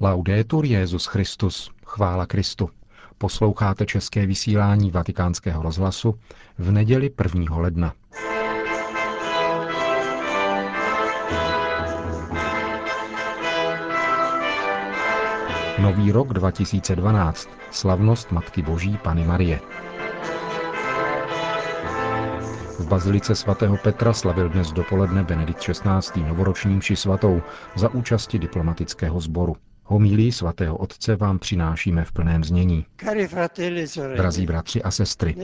Laudetur Jesus Christus, chvála Kristu. Posloucháte české vysílání Vatikánského rozhlasu v neděli 1. ledna. Nový rok 2012, slavnost Matky Boží Panny Marie. V bazilice svatého Petra slavil dnes dopoledne Benedikt XVI. Novoroční mši svatou za účasti diplomatického sboru. Homílii svatého otce vám přinášíme v plném znění. Drazí bratři a sestry,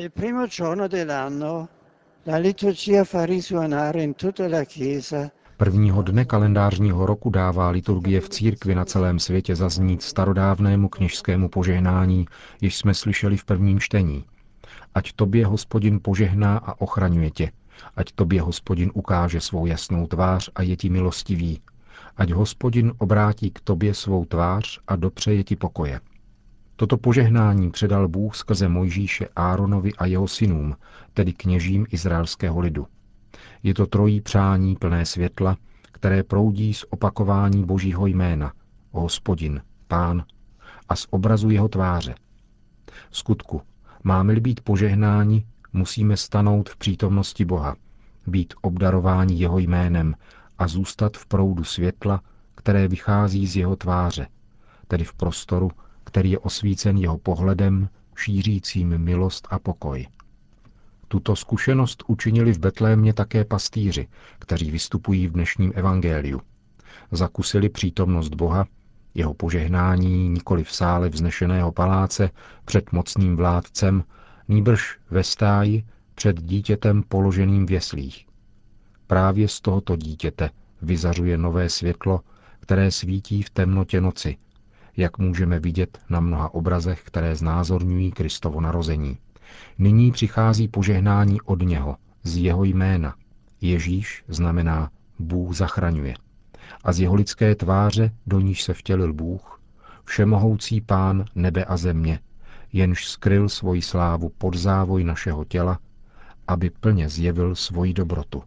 prvního dne kalendářního roku dává liturgie v církvi na celém světě zaznít starodávnému kněžskému požehnání, jež jsme slyšeli v prvním čtení. Ať tobě Hospodin požehná a ochraňuje tě, ať tobě Hospodin ukáže svou jasnou tvář a je ti milostivý, ať Hospodin obrátí k tobě svou tvář a dopřeje ti pokoje. Toto požehnání předal Bůh skrze Mojžíše Áronovi a jeho synům, tedy kněžím izraelského lidu. Je to trojí přání plné světla, které proudí z opakování Božího jména, Hospodin, Pán, a z obrazu jeho tváře. Vskutku, máme-li být požehnáni, musíme stanout v přítomnosti Boha, být obdarováni jeho jménem a zůstat v proudu světla, které vychází z jeho tváře, tedy v prostoru, který je osvícen jeho pohledem, šířícím milost a pokoj. Tuto zkušenost učinili v Betlémě také pastýři, kteří vystupují v dnešním evangeliu. Zakusili přítomnost Boha, jeho požehnání nikoli v sále vznešeného paláce před mocným vládcem, nýbrž ve stáji před dítětem položeným v jeslích. Právě z tohoto dítěte vyzařuje nové světlo, které svítí v temnotě noci, jak můžeme vidět na mnoha obrazech, které znázorňují Kristovo narození. Nyní přichází požehnání od něho, z jeho jména. Ježíš znamená Bůh zachraňuje. A z jeho lidské tváře, do níž se vtělil Bůh, všemohoucí Pán nebe a země, jenž skryl svoji slávu pod závoj našeho těla, aby plně zjevil svoji dobrotu.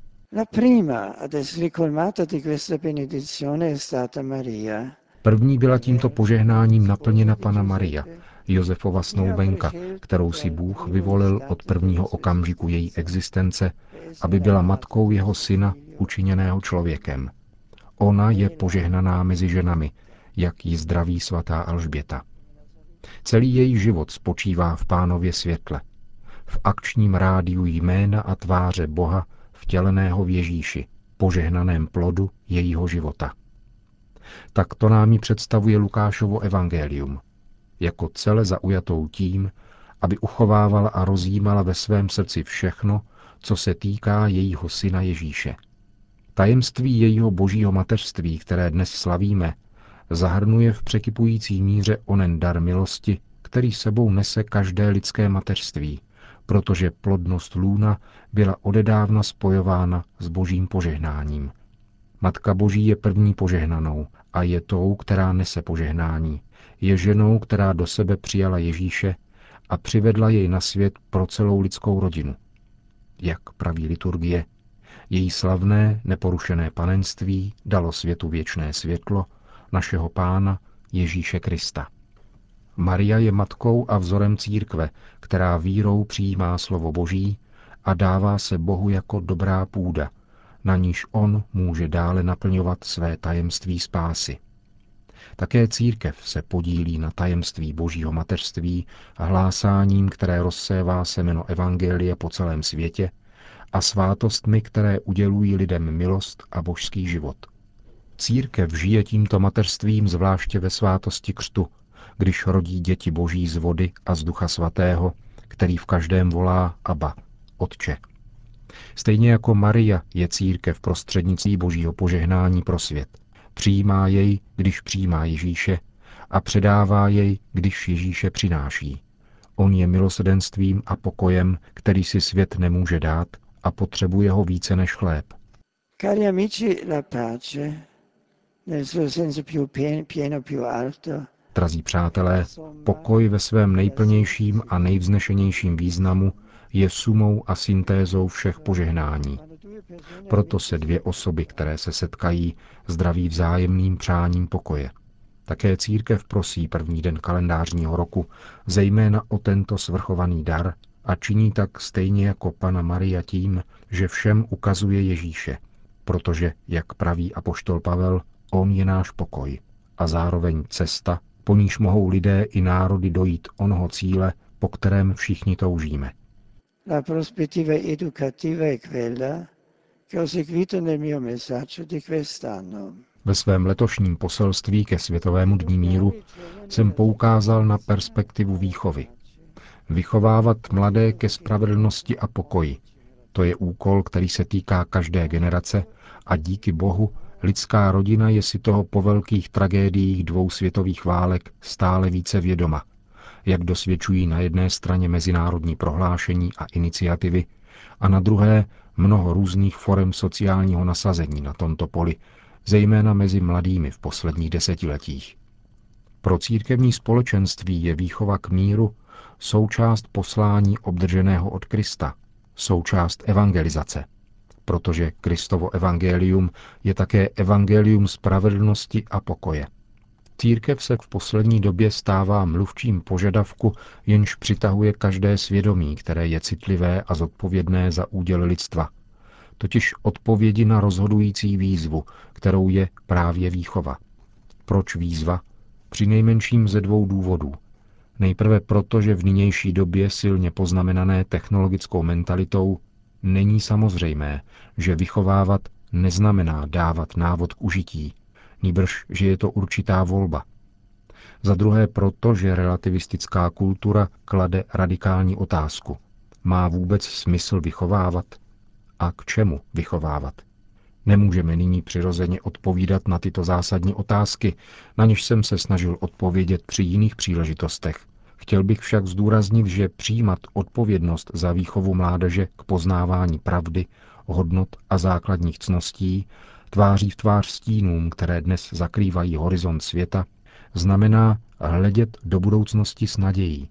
První byla tímto požehnáním naplněna Panna Maria, Josefova snoubenka, kterou si Bůh vyvolil od prvního okamžiku její existence, aby byla matkou jeho syna, učiněného člověkem. Ona je požehnaná mezi ženami, jak ji zdraví svatá Alžběta. Celý její život spočívá v Pánově světle, v akčním rádiu jména a tváře Boha vtěleného v Ježíši, požehnaném plodu jejího života. Tak to nám ji představuje Lukášovo evangelium, jako cele zaujatou tím, aby uchovávala a rozjímala ve svém srdci všechno, co se týká jejího syna Ježíše. Tajemství jejího božího mateřství, které dnes slavíme, zahrnuje v překypující míře onen dar milosti, který sebou nese každé lidské mateřství, protože plodnost lůna byla odedávna spojována s božím požehnáním. Matka Boží je první požehnanou a je tou, která nese požehnání. Je ženou, která do sebe přijala Ježíše a přivedla jej na svět pro celou lidskou rodinu. Jak praví liturgie, její slavné, neporušené panenství dalo světu věčné světlo našeho Pána Ježíše Krista. Maria je matkou a vzorem církve, která vírou přijímá slovo Boží a dává se Bohu jako dobrá půda, na níž on může dále naplňovat své tajemství spásy. Také církev se podílí na tajemství Božího mateřství a hlásáním, které rozsévá semeno evangelia po celém světě, a svátostmi, které udělují lidem milost a božský život. Církev žije tímto mateřstvím zvláště ve svátosti křtu, když rodí děti Boží z vody a z Ducha Svatého, který v každém volá Abba, Otče. Stejně jako Maria je církev prostřednicí Božího požehnání pro svět. Přijímá jej, když přijímá Ježíše, a předává jej, když Ježíše přináší. On je milosrdenstvím a pokojem, který si svět nemůže dát a potřebuje ho více než chléb. Cari amici, la pace, nel suo senso più alto. Drazí přátelé, pokoj ve svém nejplnějším a nejvznešenějším významu je sumou a syntézou všech požehnání. Proto se dvě osoby, které se setkají, zdraví vzájemným přáním pokoje. Také církev prosí první den kalendářního roku zejména o tento svrchovaný dar a činí tak stejně jako Panna Maria tím, že všem ukazuje Ježíše, protože, jak praví apoštol Pavel, on je náš pokoj a zároveň cesta, po níž mohou lidé i národy dojít onoho cíle, po kterém všichni toužíme. La prospettiva educativa è quella che ho seguito nel mio messaggio di quest'anno. Ve svém letošním poselství ke Světovému dní míru jsem poukázal na perspektivu výchovy. Vychovávat mladé ke spravedlnosti a pokoji. To je úkol, který se týká každé generace a díky Bohu lidská rodina je si toho po velkých tragédiích 2 světových válek stále více vědoma, jak dosvědčují na jedné straně mezinárodní prohlášení a iniciativy a na druhé mnoho různých forem sociálního nasazení na tomto poli, zejména mezi mladými v posledních desetiletích. Pro církevní společenství je výchova k míru součást poslání obdrženého od Krista, součást evangelizace, protože Kristovo evangelium je také evangelium spravedlnosti a pokoje. Církev se v poslední době stává mluvčím požadavku, jenž přitahuje každé svědomí, které je citlivé a zodpovědné za úděl lidstva, totiž odpovědi na rozhodující výzvu, kterou je právě výchova. Proč výzva? Přinejmenším ze 2 důvodů. Nejprve proto, že v nynější době silně poznamenané technologickou mentalitou není samozřejmé, že vychovávat neznamená dávat návod k užití, nýbrž, že je to určitá volba. Za druhé proto, že relativistická kultura klade radikální otázku. Má vůbec smysl vychovávat? A k čemu vychovávat? Nemůžeme nyní přirozeně odpovídat na tyto zásadní otázky, na něž jsem se snažil odpovědět při jiných příležitostech. Chtěl bych však zdůraznit, že přijímat odpovědnost za výchovu mládeže k poznávání pravdy, hodnot a základních ctností tváří v tvář stínům, které dnes zakrývají horizont světa, znamená hledět do budoucnosti s nadějí.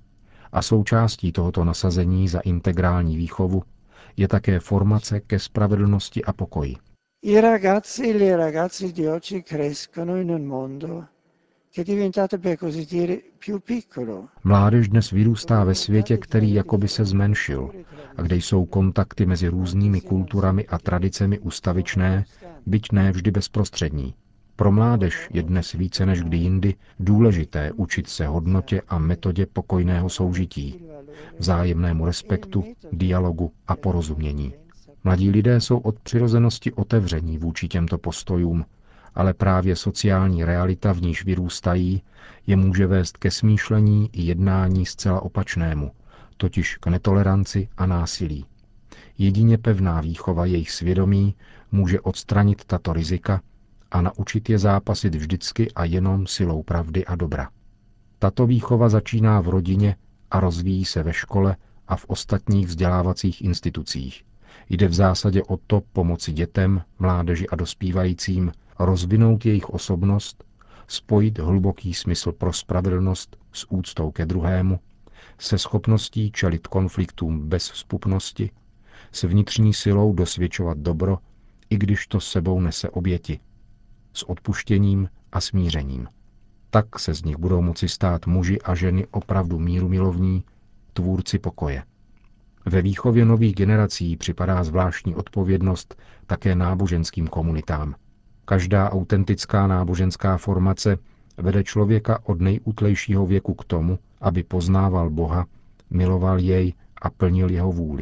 A součástí tohoto nasazení za integrální výchovu je také formace ke spravedlnosti a pokoji. I ragazzi e le ragazze di oggi crescono in un mondo che è diventato, per così dire, più piccolo. Mládež dnes vyrůstá ve světě, který jakoby se zmenšil a kde jsou kontakty mezi různými kulturami a tradicemi ustavičné, byť ne vždy bezprostřední. Pro mládež je dnes více než kdy jindy důležité učit se hodnotě a metodě pokojného soužití, vzájemnému respektu, dialogu a porozumění. Mladí lidé jsou od přirozenosti otevření vůči těmto postojům, ale právě sociální realita, v níž vyrůstají, je může vést ke smýšlení i jednání zcela opačnému, totiž k netoleranci a násilí. Jedině pevná výchova jejich svědomí může odstranit tato rizika a naučit je zápasit vždycky a jenom silou pravdy a dobra. Tato výchova začíná v rodině a rozvíjí se ve škole a v ostatních vzdělávacích institucích. Jde v zásadě o to pomoci dětem, mládeži a dospívajícím rozvinout jejich osobnost, spojit hluboký smysl pro spravedlnost s úctou ke druhému, se schopností čelit konfliktům bez vzpupnosti, s vnitřní silou dosvědčovat dobro, i když to s sebou nese oběti, s odpuštěním a smířením. Tak se z nich budou moci stát muži a ženy opravdu mírumilovní, tvůrci pokoje. Ve výchově nových generací připadá zvláštní odpovědnost také náboženským komunitám. Každá autentická náboženská formace vede člověka od nejútlejšího věku k tomu, aby poznával Boha, miloval jej a plnil jeho vůli.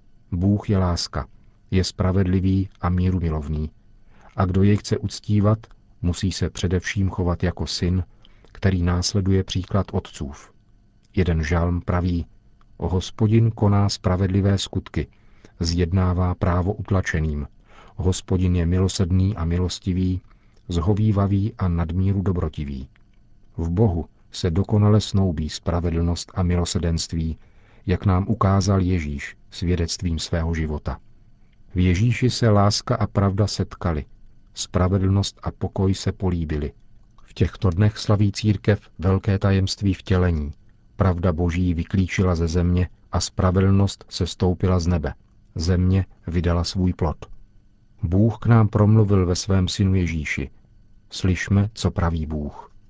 Bůh je láska, je spravedlivý a mírumilovný. A kdo jej chce uctívat, musí se především chovat jako syn, který následuje příklad otcův. Jeden žalm praví: O Hospodin koná spravedlivé skutky, zjednává právo utlačeným. Hospodin je milosrdný a milostivý, zhovívavý a nadmíru dobrotivý. V Bohu se dokonale snoubí spravedlnost a milosrdenství, jak nám ukázal Ježíš svědectvím svého života. V Ježíši se láska a pravda setkaly, spravedlnost a pokoj se políbily. V těchto dnech slaví církev velké tajemství vtělení. Pravda Boží vyklíčila ze země a spravedlnost se stoupila z nebe. Země vydala svůj plod. Bůh k nám promluvil ve svém synu Ježíši. Slyšme, co praví Bůh.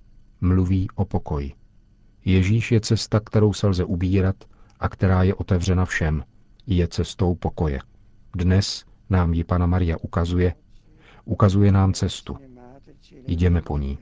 mluví o pokoji. Ježíš je cesta, kterou se lze ubírat a která je otevřena všem. Je cestou pokoje. Dnes nám ji Panna Maria ukazuje nám cestu. Jdeme po ní.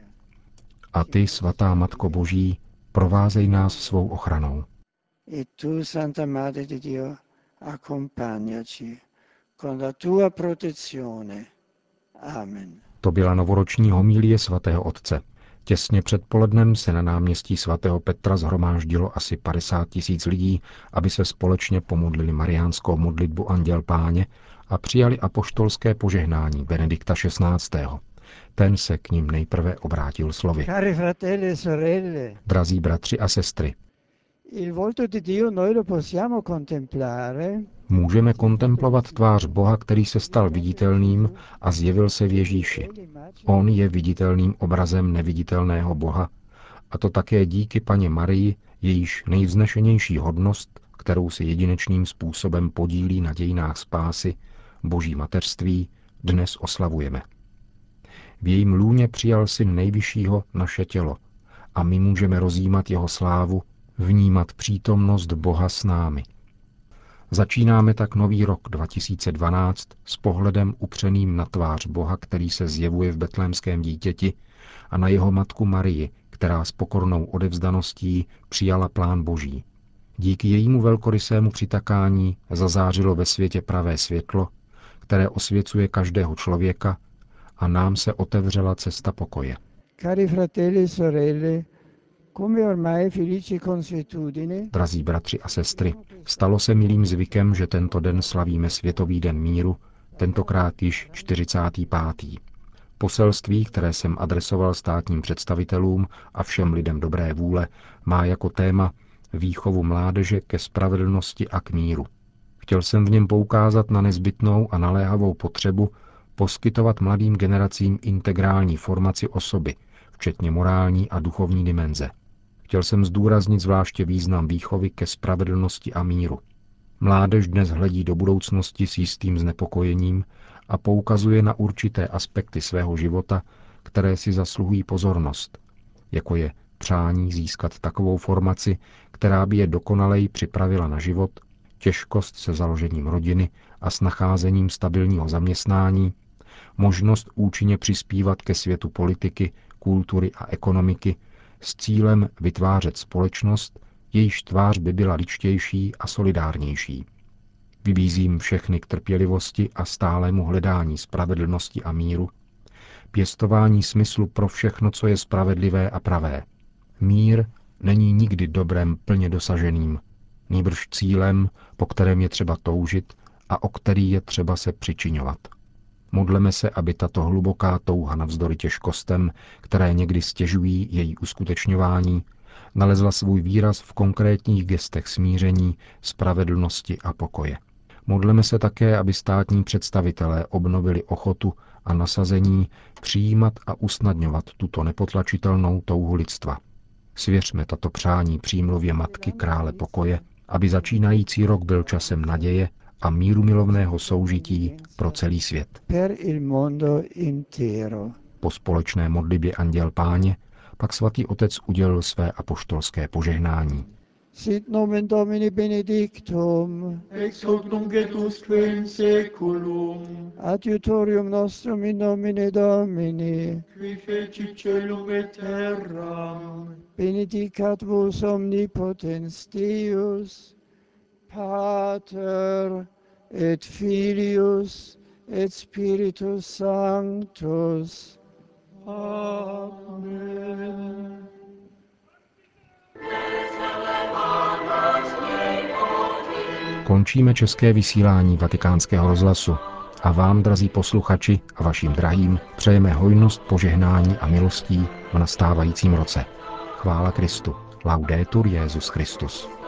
A ty, svatá Matko Boží, provázej nás svou ochranou. E tu, Santa Madre di Dio, accompagnaci con la tua protezione. Amen. To byla novoroční homilie svatého otce. Těsně před polednem se na náměstí svatého Petra shromáždilo asi 50 000 lidí, aby se společně pomodlili mariánskou modlitbu Anděl Páně a přijali apoštolské požehnání Benedikta XVI. Ten se k nim nejprve obrátil slovy. Cari fratelli e sorelle, Drazí bratři a sestry, il volto di Dio noi lo possiamo contemplare můžeme kontemplovat tvář Boha, který se stal viditelným a zjevil se v Ježíši. On je viditelným obrazem neviditelného Boha, a to také díky Panně Marii, jejíž nejvznešenější hodnost, kterou si jedinečným způsobem podílí na dějinách spásy, Boží mateřství, dnes oslavujeme. V jejím lůně přijal Syn Nejvyššího naše tělo a my můžeme rozjímat jeho slávu, vnímat přítomnost Boha s námi. Začínáme tak nový rok 2012 s pohledem upřeným na tvář Boha, který se zjevuje v betlémském dítěti, a na jeho matku Marii, která s pokornou odevzdaností přijala plán Boží. Díky jejímu velkorysému přitakání zazářilo ve světě pravé světlo, které osvěcuje každého člověka, a nám se otevřela cesta pokoje. Cari fratelli e sorelle, come ormai felice consuetudine, Drazí bratři a sestry, stalo se milým zvykem, že tento den slavíme Světový den míru, tentokrát již 45. Poselství, které jsem adresoval státním představitelům a všem lidem dobré vůle, má jako téma výchovu mládeže ke spravedlnosti a k míru. Chtěl jsem v něm poukázat na nezbytnou a naléhavou potřebu poskytovat mladým generacím integrální formaci osoby, včetně morální a duchovní dimenze. Chtěl jsem zdůraznit zvláště význam výchovy ke spravedlnosti a míru. Mládež dnes hledí do budoucnosti s jistým znepokojením a poukazuje na určité aspekty svého života, které si zasluhují pozornost, jako je přání získat takovou formaci, která by je dokonaleji připravila na život, těžkost se založením rodiny a s nacházením stabilního zaměstnání, možnost účinně přispívat ke světu politiky, kultury a ekonomiky s cílem vytvářet společnost, jejíž tvář by byla ličtější a solidárnější. Vybízím všechny k trpělivosti a stálému hledání spravedlnosti a míru, pěstování smyslu pro všechno, co je spravedlivé a pravé. Mír není nikdy dobrem plně dosaženým, nýbrž cílem, po kterém je třeba toužit a o který je třeba se přičiňovat. Modleme se, aby tato hluboká touha navzdory těžkostem, které někdy stěžují její uskutečňování, nalezla svůj výraz v konkrétních gestech smíření, spravedlnosti a pokoje. Modleme se také, aby státní představitelé obnovili ochotu a nasazení přijímat a usnadňovat tuto nepotlačitelnou touhu lidstva. Svěřme tato přání přímluvě Matky Krále pokoje, aby začínající rok byl časem naděje a mírumilovného soužití pro celý svět. Po společné modlitbě Anděl Páně pak svatý otec udělil své apoštolské požehnání. Sit nomen Domini benedictum, ex hoc nunc et usque in saeculum, adiutorium nostrum in nomine Domini, qui fecit caelum et terram, benedicat vos omnipotens Deus, Pater et Filius et Spiritus Sanctus. Amen. Končíme české vysílání Vatikánského rozhlasu a vám, drazí posluchači, a vašim drahým přejeme hojnost požehnání a milostí v nastávajícím roce. Chvála Kristu. Laudetur Jesus Christus.